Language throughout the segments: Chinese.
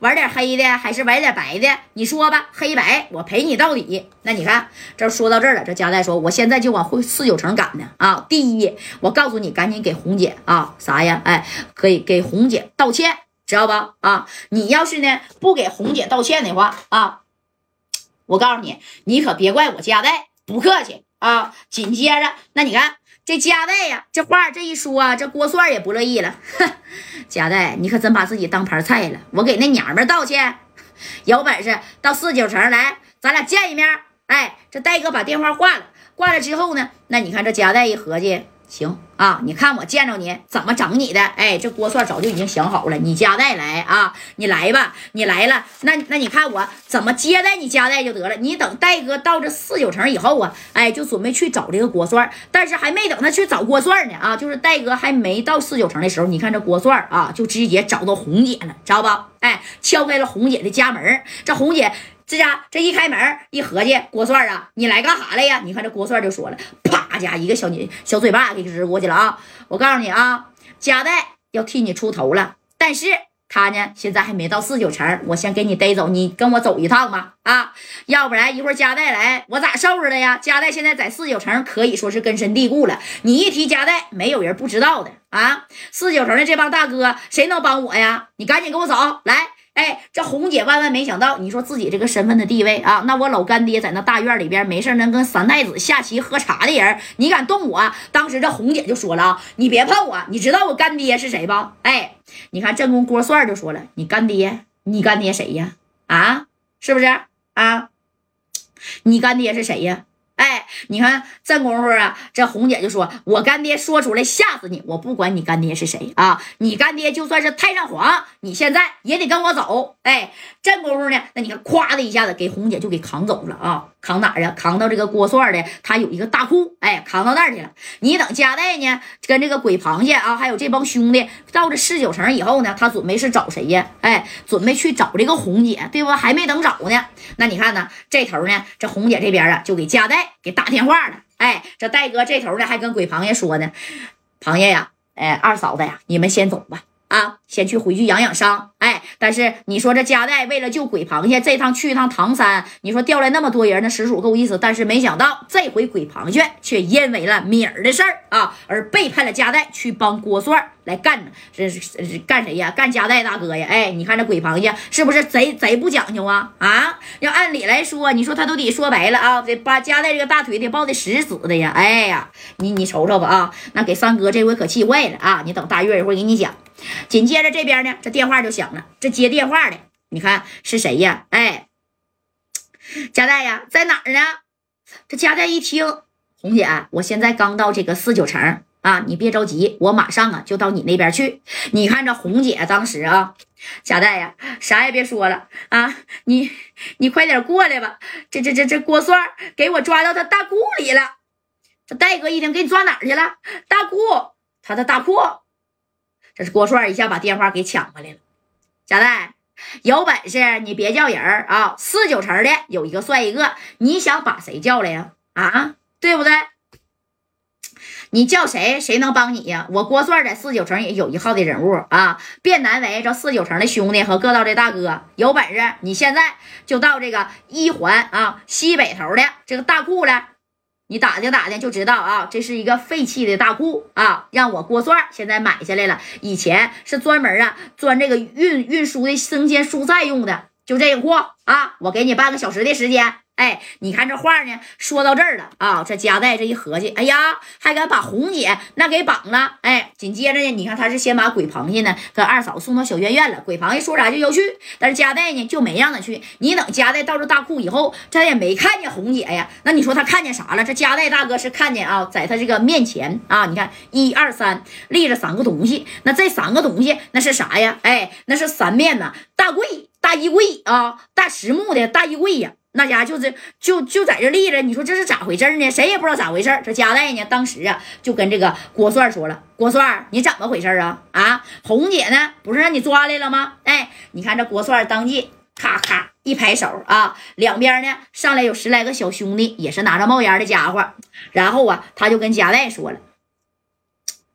玩点黑的还是玩点白的？你说吧，黑白我陪你到底。那你看，这说到这儿了，这夹带说，我现在就往49城赶呢啊！第一，我告诉你，赶紧给红姐啊啥呀？哎，可以给红姐道歉，知道吧？啊，你要是呢不给红姐道歉的话啊，我告诉你，你可别怪我夹带不客气啊！紧接着，那你看。这夹带呀，这话这一说啊，这郭帅也不乐意了。哼，夹带，你可真把自己当盘菜了。我给那娘们道歉，有本事到49城来，咱俩见一面。哎，这戴哥把电话挂了，挂了之后呢，那你看这夹带一合计，行啊，你看我见着你怎么整你的？哎，这郭帅早就已经想好了，你夹带来啊，你来吧，你来了，那你看我怎么接待你夹带就得了。你等戴哥到这49城以后啊，哎，就准备去找这个郭帅，但是还没等他去找郭帅呢啊，就是戴哥还没到49城的时候，你看这郭帅啊，就直接找到红姐了，知道吧？哎，敲开了红姐的家门，这红姐。这家这一开门一合计，郭帅啊，你来干啥来呀？你看这郭帅就说了，啪家一个小嘴巴给直过去了啊！我告诉你啊，夹带要替你出头了，但是他呢现在还没到49城，我先给你逮走，你跟我走一趟吧啊！要不然一会儿夹带来，我咋收拾的呀？夹带现在在49城可以说是根深蒂固了，你一提夹带，没有人不知道的啊！49城的这帮大哥，谁能帮我呀？你赶紧跟我走来！哎，这红姐万万没想到，你说自己这个身份的地位啊，那我老干爹在那大院里边没事能跟三太子下棋喝茶的人，你敢动我？当时这红姐就说了啊，你别碰我，你知道我干爹是谁吧？哎，你看正宫郭帅就说了，你干爹谁呀？啊，是不是啊？你干爹是谁呀？哎，你看这功夫啊，这红姐就说，我干爹说出来吓死你，我不管你干爹是谁啊，你干爹就算是太上皇，你现在也得跟我走。哎，这功夫呢，那你看咵的一下子给红姐就给扛走了啊，扛哪儿啊？扛到这个郭帅的他有一个大库，哎，扛到那儿去了。你等夹带呢跟这个鬼螃蟹啊还有这帮兄弟到这49城以后呢，他准备是找谁呀？哎，准备去找这个红姐，对吧？还没等找呢，那你看呢，这头呢这红姐这边啊就给夹带给打电话了。哎，这戴哥这头呢还跟鬼螃蟹说呢，螃蟹呀，哎，二嫂子呀，你们先走吧啊，先回去养养伤。哎，但是你说这夹带为了救鬼螃蟹，这趟去一趟唐山，你说调来那么多人，那实属够意思。但是没想到这回鬼螃蟹却因为了米儿的事儿啊，而背叛了夹带，去帮郭帅来干。这是干谁呀？干夹带大哥呀！哎，你看这鬼螃蟹是不是贼不讲究啊？啊，要按理来说，你说他都得说白了啊，得把夹带这个大腿得抱得死死的呀！哎呀，你瞅瞅吧啊，那给三哥这回可气坏了啊！你等大月一会儿给你讲。紧接着这边呢，这电话就响了，这接电话的，你看是谁呀？哎，夹带呀，在哪儿呢？这夹带一听，红姐，我现在刚到这个49城啊，你别着急，我马上啊就到你那边去。你看这红姐当时啊，夹带呀，啥也别说了啊，你快点过来吧，这郭帅给我抓到他大库里了。这戴哥一听，给你抓哪儿去了？大库，他的大库。这是郭帅一下把电话给抢回来了。夹带，有本事你别叫人啊！49城的有一个帅一个，你想把谁叫来呀？啊，对不对？你叫谁，谁能帮你呀？我郭帅在49城也有一号的人物啊！便难为这49城的兄弟和各道的大哥，有本事你现在就到这个一环啊西北头的这个大库了。你打听就知道啊，这是一个废弃的大库啊，让我郭帅现在买下来了。以前是专门啊钻这个运输的生鲜蔬菜用的，就这个库啊，我给你半个小时的时间。哎，你看这话呢，说到这儿了啊，这夹带这一合计，哎呀，还敢把红姐那给绑了。哎，紧接着呢，你看他是先把鬼螃蟹呢跟二嫂送到小院院了，鬼螃蟹说啥就要去，但是夹带呢就没让他去。你等夹带到这大库以后，他也没看见红姐呀，那你说他看见啥了？这夹带大哥是看见啊，在他这个面前啊，你看1、2、3立着3个东西，那这3个东西那是啥呀？哎，那是3面呢，大柜、大衣柜啊，大实木的大衣柜呀。那家就在这立着，你说这是咋回事呢？谁也不知道咋回事。这夹带呢，当时啊就跟这个郭帅说了：“郭帅，你怎么回事啊？啊，红姐呢，不是让你抓来了吗？”哎，你看这郭帅当即咔咔一拍手啊，两边呢上来有10来个小兄弟，也是拿着冒烟的家伙。然后啊，他就跟夹带说了：“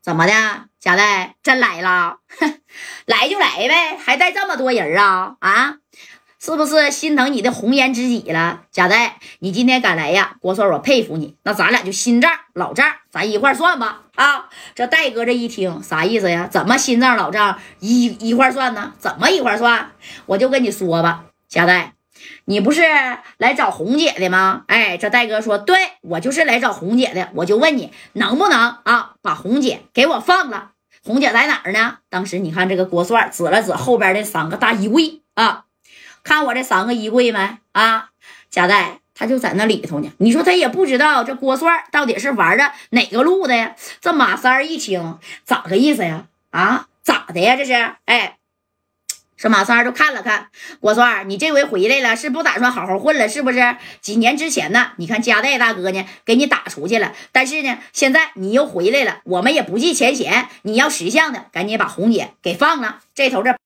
怎么的，贾代真来了？来就来呗，还带这么多人啊？啊，是不是心疼你的红颜知己了？贾代，你今天敢来呀，郭帅我佩服你。那咱俩就新账老账，咱一块算吧。啊，这戴哥这一听啥意思呀？怎么新账老账一块算呢？怎么一块算？我就跟你说吧，贾代，你不是来找红姐的吗？哎，这戴哥说，对，我就是来找红姐的。我就问你，能不能啊把红姐给我放了？红姐在哪儿呢？当时你看这个郭帅指了指后边的3个大衣柜啊，看我这3个衣柜没啊？贾代他就在那里头呢。你说他也不知道这郭帅到底是玩的哪个路的呀？这马三一听，咋个意思呀？啊，咋的呀？这是哎。这马三就看了看郭帅，你这回回来了，是不打算好好混了，是不是？几年之前呢，你看加代大哥呢给你打出去了，但是呢，现在你又回来了，我们也不计前嫌，你要识相的，赶紧把红姐给放了。这头这